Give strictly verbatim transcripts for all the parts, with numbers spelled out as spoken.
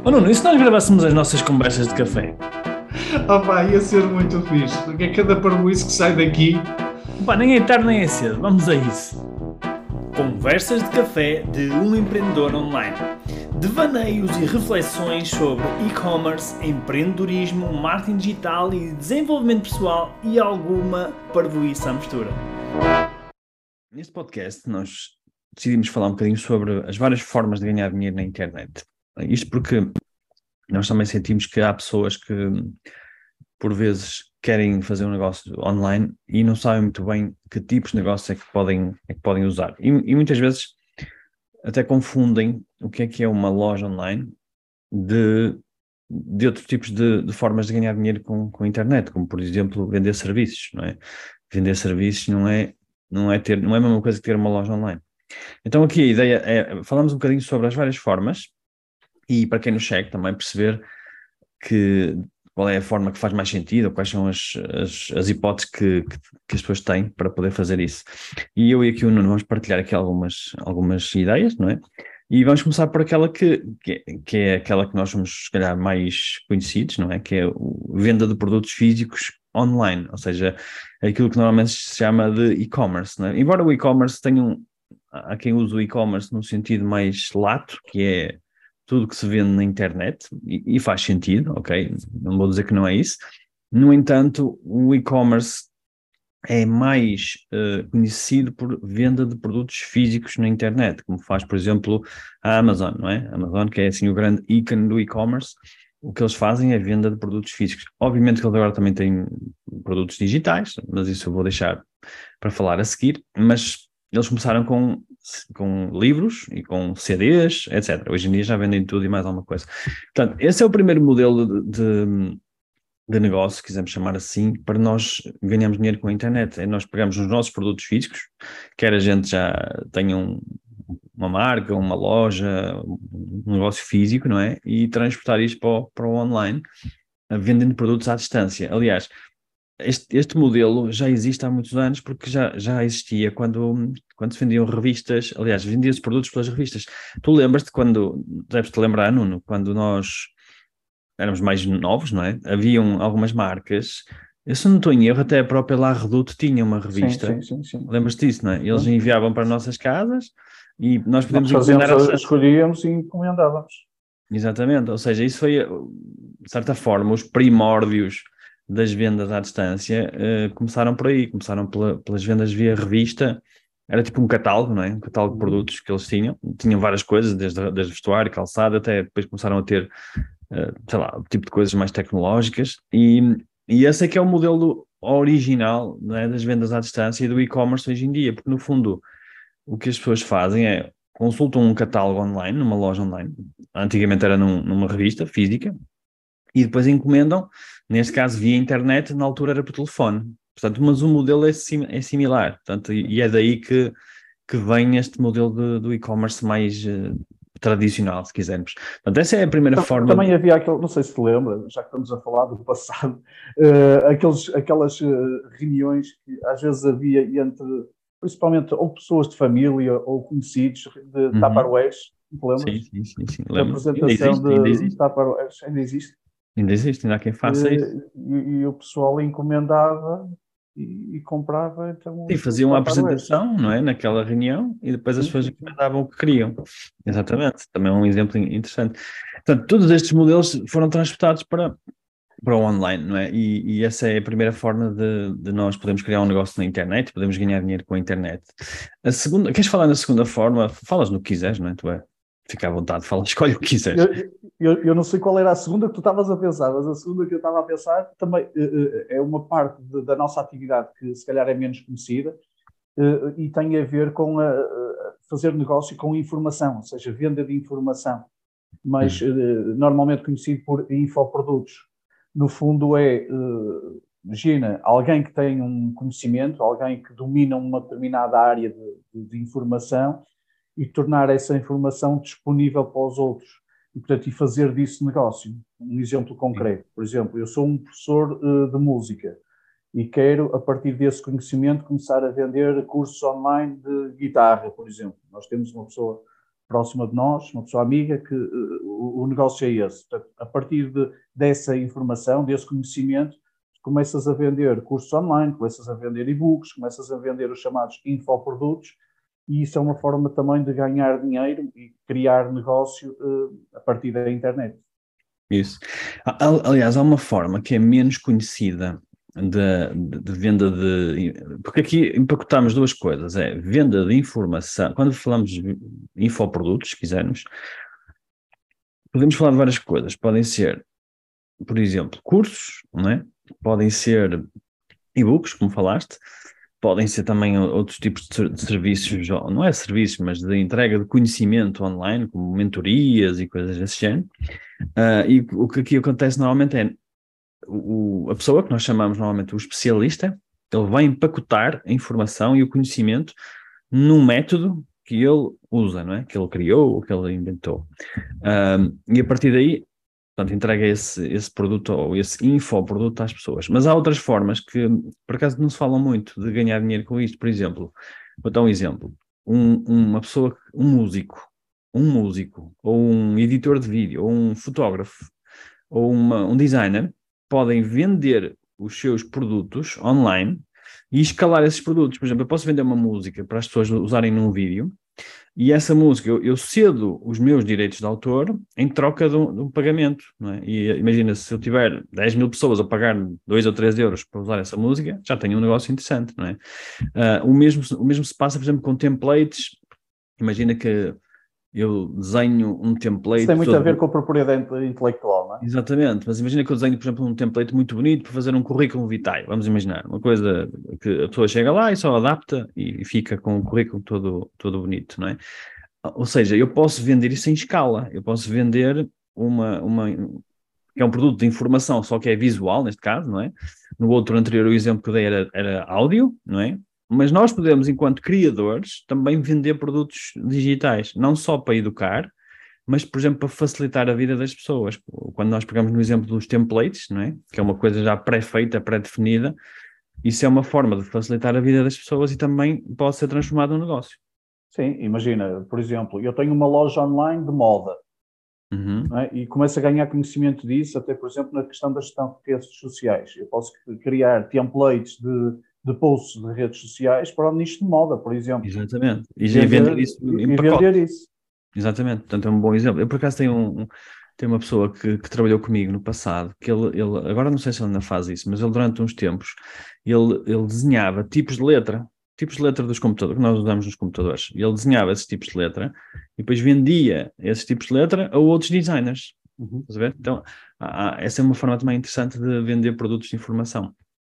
Oh Nuno, e se nós gravássemos as nossas conversas de café? Oh pá, ia ser muito fixe, porque é cada parboice que sai daqui. Pá, nem é tarde nem é cedo, vamos a isso. Conversas de café de um empreendedor online. Devaneios e reflexões sobre e-commerce, empreendedorismo, marketing digital e desenvolvimento pessoal e alguma parvoíce à mistura. Neste podcast nós decidimos falar um bocadinho sobre as várias formas de ganhar dinheiro na internet. Isto porque nós também sentimos que há pessoas que por vezes querem fazer um negócio online e não sabem muito bem que tipos de negócio é que podem, é que podem usar. E, e muitas vezes até confundem o que é que é uma loja online de, de outros tipos de, de formas de ganhar dinheiro com, com a internet, como por exemplo vender serviços, não é? Vender serviços não é, não é ter, não é a mesma coisa que ter uma loja online. Então aqui a ideia é, falamos um bocadinho sobre as várias formas e para quem nos segue também perceber que qual é a forma que faz mais sentido, ou quais são as, as, as hipóteses que, que, que as pessoas têm para poder fazer isso. E eu e aqui o Nuno vamos partilhar aqui algumas, algumas ideias, não é? E vamos começar por aquela que, que, que é aquela que nós somos, se calhar, mais conhecidos, não é? Que é a venda de produtos físicos online, ou seja, aquilo que normalmente se chama de e-commerce, não é? Embora o e-commerce tenha um, há quem use o e-commerce num sentido mais lato, que é tudo que se vende na internet, e, e faz sentido, ok? Não vou dizer que não é isso. No entanto, o e-commerce é mais uh, conhecido por venda de produtos físicos na internet, como faz, por exemplo, a Amazon, não é? A Amazon, que é assim o grande ícone do e-commerce, o que eles fazem é venda de produtos físicos. Obviamente que eles agora também têm produtos digitais, mas isso eu vou deixar para falar a seguir, mas eles começaram com, com livros e com C Ds, etcétera. Hoje em dia já vendem tudo e mais alguma coisa. Portanto, esse é o primeiro modelo de, de, de negócio, se quisermos chamar assim, para nós ganharmos dinheiro com a internet. É nós pegamos os nossos produtos físicos, quer a gente já tenha um, uma marca, uma loja, um negócio físico, não é? E transportar isto para o, para o online, vendendo produtos à distância. Aliás, este, este modelo já existe há muitos anos, porque já, já existia quando, quando se vendiam revistas, aliás, vendiam-se produtos pelas revistas. Tu lembras-te quando, deves-te lembrar, Nuno, quando nós éramos mais novos, não é? Haviam algumas marcas, eu se não estou em erro, até a própria La Redoute tinha uma Sim, revista, sim, sim, sim. lembras-te disso, não é? Eles Sim. enviavam para as nossas casas e nós podemos Nós encomendar fazíamos, à a- distância. escolhíamos e encomendávamos. Exatamente, ou seja, isso foi, de certa forma, os primórdios das vendas à distância eh, começaram por aí, começaram pela- pelas vendas via revista, era tipo um catálogo, não é? Um catálogo de Uhum. produtos que eles tinham, tinham várias coisas, desde, desde vestuário, calçado, até depois começaram a ter, eh, sei lá, tipo de coisas mais tecnológicas, e, e esse é que é o modelo original, não é, das vendas à distância e do e-commerce hoje em dia, porque no fundo o que as pessoas fazem é consultam um catálogo online, numa loja online, antigamente era num, numa revista física, e depois encomendam, neste caso via internet, na altura era por telefone. Portanto, mas o modelo é, sim, é similar, portanto, e é daí que, que vem este modelo de, do e-commerce mais uh, tradicional, se quisermos. Portanto, essa é a primeira Tam- forma de... Também havia aquele, não sei se te lembra, já que estamos a falar do passado, eh, aqueles, aquelas eh, reuniões que às vezes havia entre, principalmente, ou pessoas de família ou conhecidos de Uhum. Tupperwares, te lembras? Sim, sim, sim, sim, Da lembro. Ainda apresentação existe, ainda de existe. Tupperwares, ainda existe. Ainda existe, ainda há quem faça isso. Eh, e, e o pessoal encomendava e, e comprava então E os, os faziam uma Tupperwares. apresentação, não é? Naquela reunião, e depois as Sim, pessoas sim, sim. encomendavam o que queriam. Sim. Exatamente. Também é um exemplo interessante. Portanto, todos estes modelos foram transportados para, para o online, não é? E, e essa é a primeira forma de, de nós podermos criar um negócio na internet, podemos ganhar dinheiro com a internet. A segunda, queres falar na segunda forma? Falas no que quiseres, não é? Tu é, fica à vontade, fala, escolhe o que quiseres. Eu, eu, eu não sei qual era a segunda que tu estavas a pensar, mas a segunda que eu estava a pensar também eh, eh, é uma parte de- da nossa atividade que se calhar é menos conhecida eh, e tem a ver com a, a fazer negócio com informação, ou seja, venda de informação, mas Hum. eh, normalmente conhecido por infoprodutos. No fundo é, eh, imagina, alguém que tem um conhecimento, alguém que domina uma determinada área de, de, de informação e tornar essa informação disponível para os outros e, portanto, e fazer disso negócio. Um exemplo Sim. concreto, por exemplo, eu sou um professor uh, de música e quero, a partir desse conhecimento, começar a vender cursos online de guitarra, por exemplo. Nós temos uma pessoa próxima de nós, uma pessoa amiga, que uh, o, o negócio é esse. Portanto, a partir de, dessa informação, desse conhecimento, começas a vender cursos online, começas a vender e-books, começas a vender os chamados infoprodutos, e isso é uma forma também de ganhar dinheiro e criar negócio uh, a partir da internet. Isso. Aliás, há uma forma que é menos conhecida de, de, de venda de... Porque aqui empacotamos duas coisas, é venda de informação. Quando falamos de infoprodutos, se quisermos, podemos falar de várias coisas. Podem ser, por exemplo, cursos, não é? Podem ser e-books, como falaste, podem ser também outros tipos de serviços, não é serviços, mas de entrega de conhecimento online, como mentorias e coisas desse género. Uh, e o que aqui acontece normalmente é o, a pessoa que nós chamamos normalmente o especialista, ele vai empacotar a informação e o conhecimento num método que ele usa, não é? Que ele criou ou que ele inventou. Uh, e a partir daí, portanto, entrega esse, esse produto ou esse infoproduto às pessoas. Mas há outras formas que, por acaso, não se falam muito de ganhar dinheiro com isto. Por exemplo, vou dar um exemplo. Um, uma pessoa, um músico, um músico, ou um editor de vídeo, ou um fotógrafo, ou uma, um designer, podem vender os seus produtos online e escalar esses produtos. Por exemplo, eu posso vender uma música para as pessoas usarem num vídeo, e essa música, eu, eu cedo os meus direitos de autor em troca de um, de um pagamento, não é? E imagina, se eu tiver dez mil pessoas a pagar dois ou três euros para usar essa música, já tenho um negócio interessante, não é? Uh, o, mesmo, o mesmo se passa, por exemplo, com templates. Imagina que eu desenho um template... Isso tem muito todo... a ver com a propriedade intelectual, não é? Exatamente, mas imagina que eu desenho, por exemplo, um template muito bonito para fazer um currículo vitae, vamos imaginar, uma coisa que a pessoa chega lá e só adapta e fica com o currículo todo, todo bonito, não é? Ou seja, eu posso vender isso em escala, eu posso vender uma, uma, que é um produto de informação, só que é visual, neste caso, não é? No outro anterior, o exemplo que eu dei era, era áudio, não é? Mas nós podemos, enquanto criadores, também vender produtos digitais, não só para educar, mas, por exemplo, para facilitar a vida das pessoas. Quando nós pegamos no exemplo dos templates, não é? Que é uma coisa já pré-feita, pré-definida, isso é uma forma de facilitar a vida das pessoas e também pode ser transformado num negócio. Sim, imagina, por exemplo, eu tenho uma loja online de moda, uhum. não é? E começo a ganhar conhecimento disso, até, por exemplo, na questão da gestão de redes sociais. Eu posso criar templates de, de posts de redes sociais para o nicho de moda, por exemplo. Exatamente. E, vender, vender isso e, em e pacote. vender isso. Exatamente. Portanto, é um bom exemplo. Eu, por acaso, tenho, um, um, tenho uma pessoa que, que trabalhou comigo no passado, que ele, ele, agora não sei se ele ainda faz isso, mas ele, durante uns tempos, ele, ele desenhava tipos de letra, tipos de letra dos computadores, que nós usamos nos computadores. E ele desenhava esses tipos de letra e depois vendia esses tipos de letra a outros designers. Uhum. Estás a ver? Então, há, essa é uma forma também interessante de vender produtos de informação.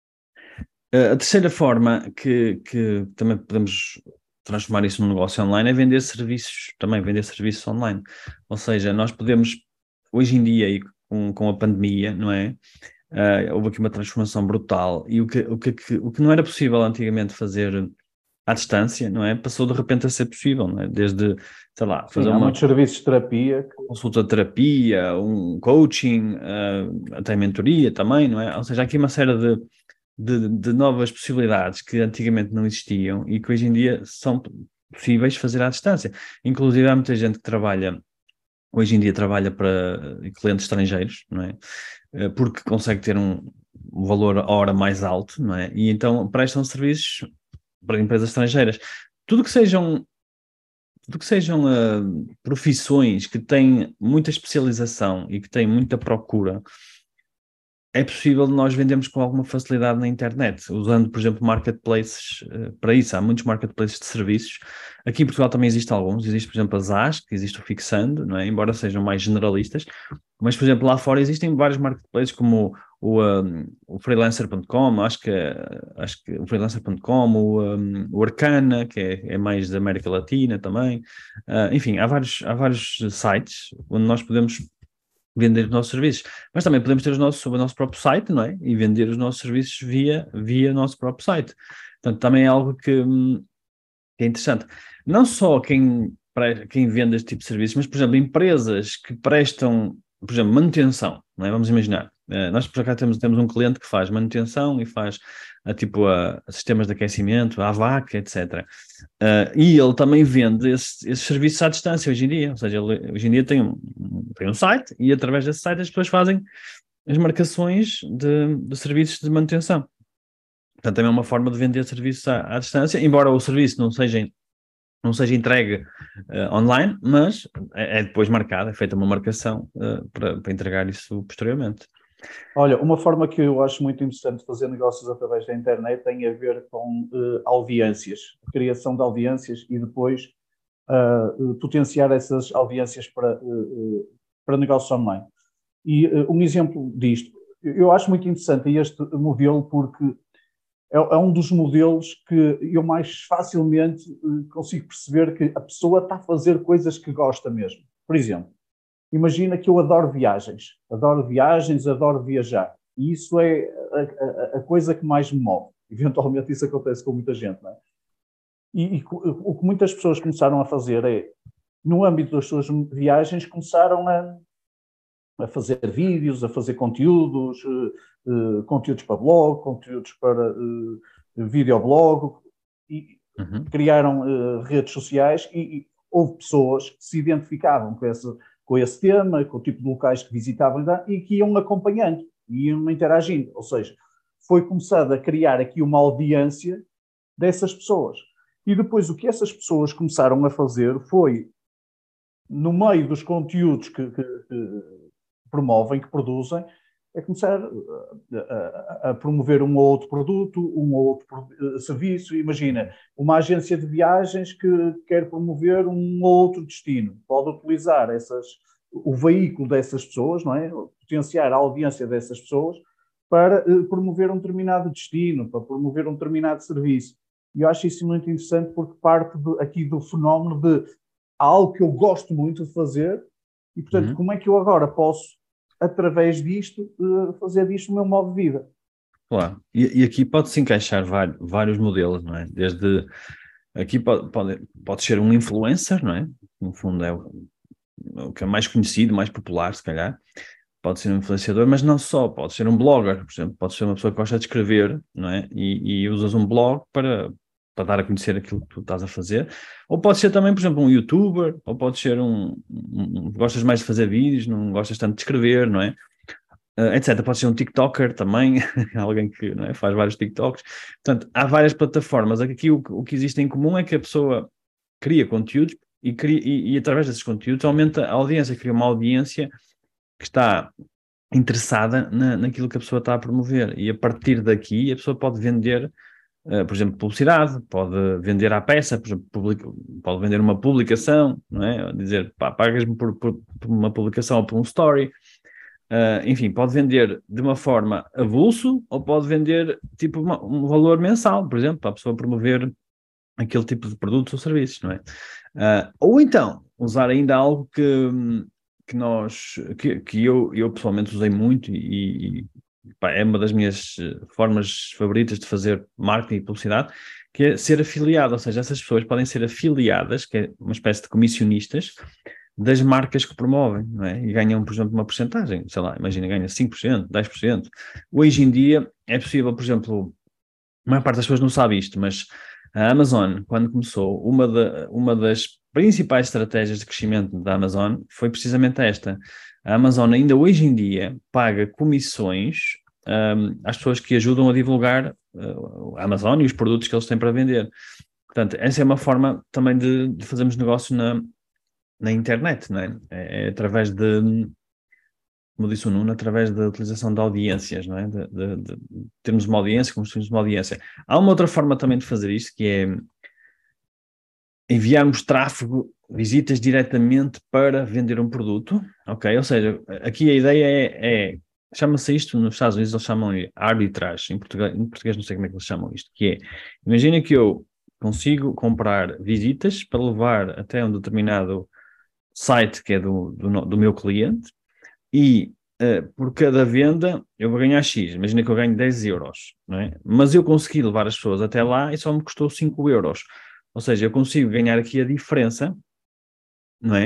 Uh, a terceira forma que, que também podemos transformar isso num negócio online é vender serviços, também vender serviços online. Ou seja, nós podemos, hoje em dia, e com, com a pandemia, não é? Uh, houve aqui uma transformação brutal, e o que, o, que, o que não era possível antigamente fazer à distância, não é? Passou de repente a ser possível, não é? Desde, sei lá, fazer Sim, há uma muitos serviços de terapia, que... consulta de terapia, um coaching, uh, até mentoria também, não é? Ou seja, há aqui uma série de De, de novas possibilidades que antigamente não existiam e que hoje em dia são possíveis fazer à distância. Inclusive há muita gente que trabalha, hoje em dia trabalha para clientes estrangeiros, não é? Porque consegue ter um, um valor a hora mais alto, não é? E então prestam serviços para empresas estrangeiras. Tudo que sejam, tudo que sejam uh, profissões que têm muita especialização e que têm muita procura, é possível nós vendermos com alguma facilidade na internet, usando, por exemplo, marketplaces uh, para isso. Há muitos marketplaces de serviços. Aqui em Portugal também existem alguns. Existe, por exemplo, a Zask, existe o Fixando, não é? Embora sejam mais generalistas. Mas, por exemplo, lá fora existem vários marketplaces como o, um, o freelancer ponto com, acho que, acho que o freelancer ponto com, o, um, o Arcana, que é, é mais da América Latina também. Uh, enfim, há vários, há vários sites onde nós podemos vender os nossos serviços, mas também podemos ter os nossos, o nosso próprio site, não é? E vender os nossos serviços via, via nosso próprio site. Portanto, também é algo que, que é interessante. Não só quem, quem vende este tipo de serviços, mas, por exemplo, empresas que prestam, por exemplo, manutenção, não é? Vamos imaginar, Uh, nós, por acaso, temos, temos um cliente que faz manutenção e faz a, tipo, a, a sistemas de aquecimento, a vaca, etcétera. Uh, e ele também vende esse, esses serviços à distância hoje em dia. Ou seja, ele hoje em dia tem um, tem um site e através desse site as pessoas fazem as marcações de, de serviços de manutenção. Portanto, também é uma forma de vender serviços à, à distância, embora o serviço não seja, não seja entregue uh, online, mas é, é depois marcado, é feita uma marcação uh, para, para entregar isso posteriormente. Olha, uma forma que eu acho muito interessante de fazer negócios através da internet tem a ver com uh, audiências, a criação de audiências e depois uh, potenciar essas audiências para, uh, para negócios online. E uh, um exemplo disto, eu acho muito interessante este modelo porque é, é um dos modelos que eu mais facilmente uh, consigo perceber que a pessoa está a fazer coisas que gosta mesmo. Por exemplo, imagina que eu adoro viagens, adoro viagens, adoro viajar. E isso é a, a, a coisa que mais me move. Eventualmente isso acontece com muita gente, não é? E, e o que muitas pessoas começaram a fazer é, no âmbito das suas viagens, começaram a, a fazer vídeos, a fazer conteúdos, uh, uh, conteúdos para blog, conteúdos para uh, videoblog, e uhum. criaram uh, redes sociais e, e houve pessoas que se identificavam com esse, com esse tema, com o tipo de locais que visitavam e que iam acompanhando, iam interagindo. Ou seja, foi começado a criar aqui uma audiência dessas pessoas. E depois o que essas pessoas começaram a fazer foi, no meio dos conteúdos que, que, que promovem, que produzem, é começar a, a, a promover um ou outro produto, um ou outro uh, serviço. Imagina, uma agência de viagens que quer promover um ou outro destino. Pode utilizar essas, o veículo dessas pessoas, não é? Potenciar a audiência dessas pessoas para uh, promover um determinado destino, para promover um determinado serviço. E eu acho isso muito interessante porque parte de, aqui do fenómeno de algo que eu gosto muito de fazer e, portanto, uhum. como é que eu agora posso, através disto, fazer disto o meu modo de vida? Claro, e, e aqui pode-se encaixar vários, vários modelos, não é? Desde, aqui pode, pode, pode ser um influencer, não é? No fundo é o, o que é mais conhecido, mais popular, se calhar. Pode ser um influenciador, mas não só, pode ser um blogger, por exemplo, pode ser uma pessoa que gosta de escrever, não é? E, e usas um blog para, para dar a conhecer aquilo que tu estás a fazer. Ou pode ser também, por exemplo, um youtuber, ou pode ser um, um, um gostas mais de fazer vídeos, não gostas tanto de escrever, não é? Uh, etcétera. Pode ser um TikToker também, alguém que não é, faz vários TikToks. Portanto, há várias plataformas. Aqui o, o que existe em comum é que a pessoa cria conteúdos e, cria, e, e através desses conteúdos aumenta a audiência, cria uma audiência que está interessada na, naquilo que a pessoa está a promover. E a partir daqui a pessoa pode vender, uh, por exemplo, publicidade, pode vender à peça, por exemplo, publica, pode vender uma publicação, não é? Dizer, pá, pagas-me por, por, por uma publicação ou por um story. Uh, enfim, pode vender de uma forma avulso ou pode vender tipo uma, um valor mensal, por exemplo, para a pessoa promover aquele tipo de produtos ou serviços, não é? Uh, ou então, usar ainda algo que, que nós, que, que eu, eu pessoalmente usei muito e, e pá, é uma das minhas formas favoritas de fazer marketing e publicidade, que é ser afiliado, ou seja, essas pessoas podem ser afiliadas, que é uma espécie de comissionistas, das marcas que promovem, não é? E ganham, por exemplo, uma porcentagem, sei lá, imagina, ganha cinco por cento, dez por cento. Hoje em dia é possível, por exemplo, a maior parte das pessoas não sabe isto, mas a Amazon, quando começou, uma, de, uma das principais estratégias de crescimento da Amazon foi precisamente esta. A Amazon ainda hoje em dia paga comissões um, às pessoas que ajudam a divulgar uh, a Amazon e os produtos que eles têm para vender. Portanto, essa é uma forma também de, de fazermos negócio na na internet, não é? É, é através de, como disse o Nuno, através da utilização de audiências, não é? De, de, de termos uma audiência, construirmos uma audiência. Há uma outra forma também de fazer isto, que é enviarmos tráfego, visitas diretamente para vender um produto, ok? Ou seja, aqui a ideia é, é chama-se isto, nos Estados Unidos eles chamam de arbitrage, em português, em português não sei como é que eles chamam isto, que é, imagina que eu consigo comprar visitas para levar até um determinado site que é do, do, do meu cliente e uh, por cada venda eu vou ganhar X. Imagina que eu ganho dez euros, não é? Mas eu consegui levar as pessoas até lá e só me custou cinco euros. Ou seja, eu consigo ganhar aqui a diferença, não é?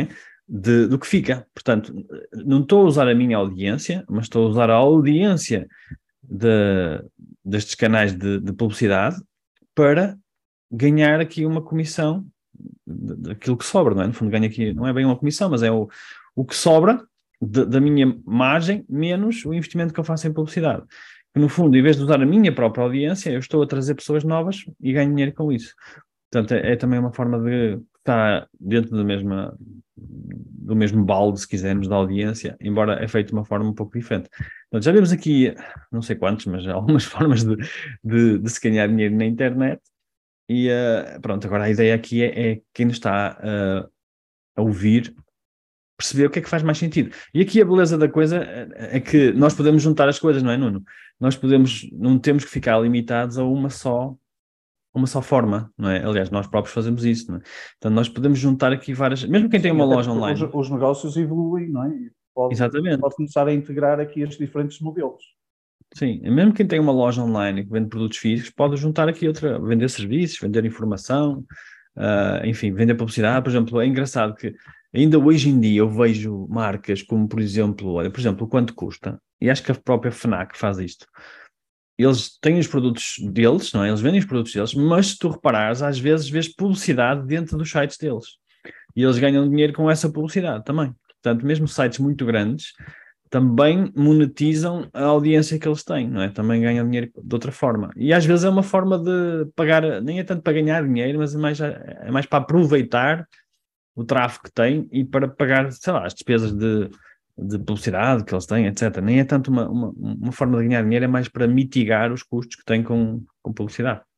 de, do que fica. Portanto, não estou a usar a minha audiência, mas estou a usar a audiência de, destes canais de, de publicidade para ganhar aqui uma comissão daquilo que sobra, não é? No fundo, ganho aqui, não é bem uma comissão, mas é o, o que sobra de, da minha margem menos o investimento que eu faço em publicidade. Que, no fundo, em vez de usar a minha própria audiência, eu estou a trazer pessoas novas e ganho dinheiro com isso. Portanto, é, é também uma forma de estar dentro do mesmo, do mesmo balde, se quisermos, da audiência, embora é feito de uma forma um pouco diferente. Portanto, já vimos aqui, não sei quantos, mas algumas formas de, de, de se ganhar dinheiro na internet. E uh, pronto, agora a ideia aqui é, é quem nos está uh, a ouvir perceber o que é que faz mais sentido. E aqui a beleza da coisa é que nós podemos juntar as coisas, não é, Nuno? Nós podemos, não temos que ficar limitados a uma só, uma só forma, não é? Aliás, nós próprios fazemos isso, não é? Então nós podemos juntar aqui várias, mesmo quem tem Sim, uma até loja porque online. Os, os negócios evoluem, não é? E Pode, Exatamente. pode começar a integrar aqui estes diferentes modelos. Sim, mesmo quem tem uma loja online que vende produtos físicos, pode juntar aqui outra, vender serviços, vender informação, uh, enfim, vender publicidade. Por exemplo, é engraçado que ainda hoje em dia eu vejo marcas como, por exemplo, olha, por exemplo, o Quanto Custa, e acho que a própria FNAC faz isto. Eles têm os produtos deles, não é? Eles vendem os produtos deles, mas se tu reparares, às vezes vês publicidade dentro dos sites deles. E eles ganham dinheiro com essa publicidade também. Portanto, mesmo sites muito grandes também monetizam a audiência que eles têm, não é? Também ganham dinheiro de outra forma. E às vezes é uma forma de pagar, nem é tanto para ganhar dinheiro, mas é mais, é mais para aproveitar o tráfego que têm e para pagar, sei lá, as despesas de, de publicidade que eles têm, etcétera. Nem é tanto uma, uma, uma forma de ganhar dinheiro, é mais para mitigar os custos que têm com, com publicidade.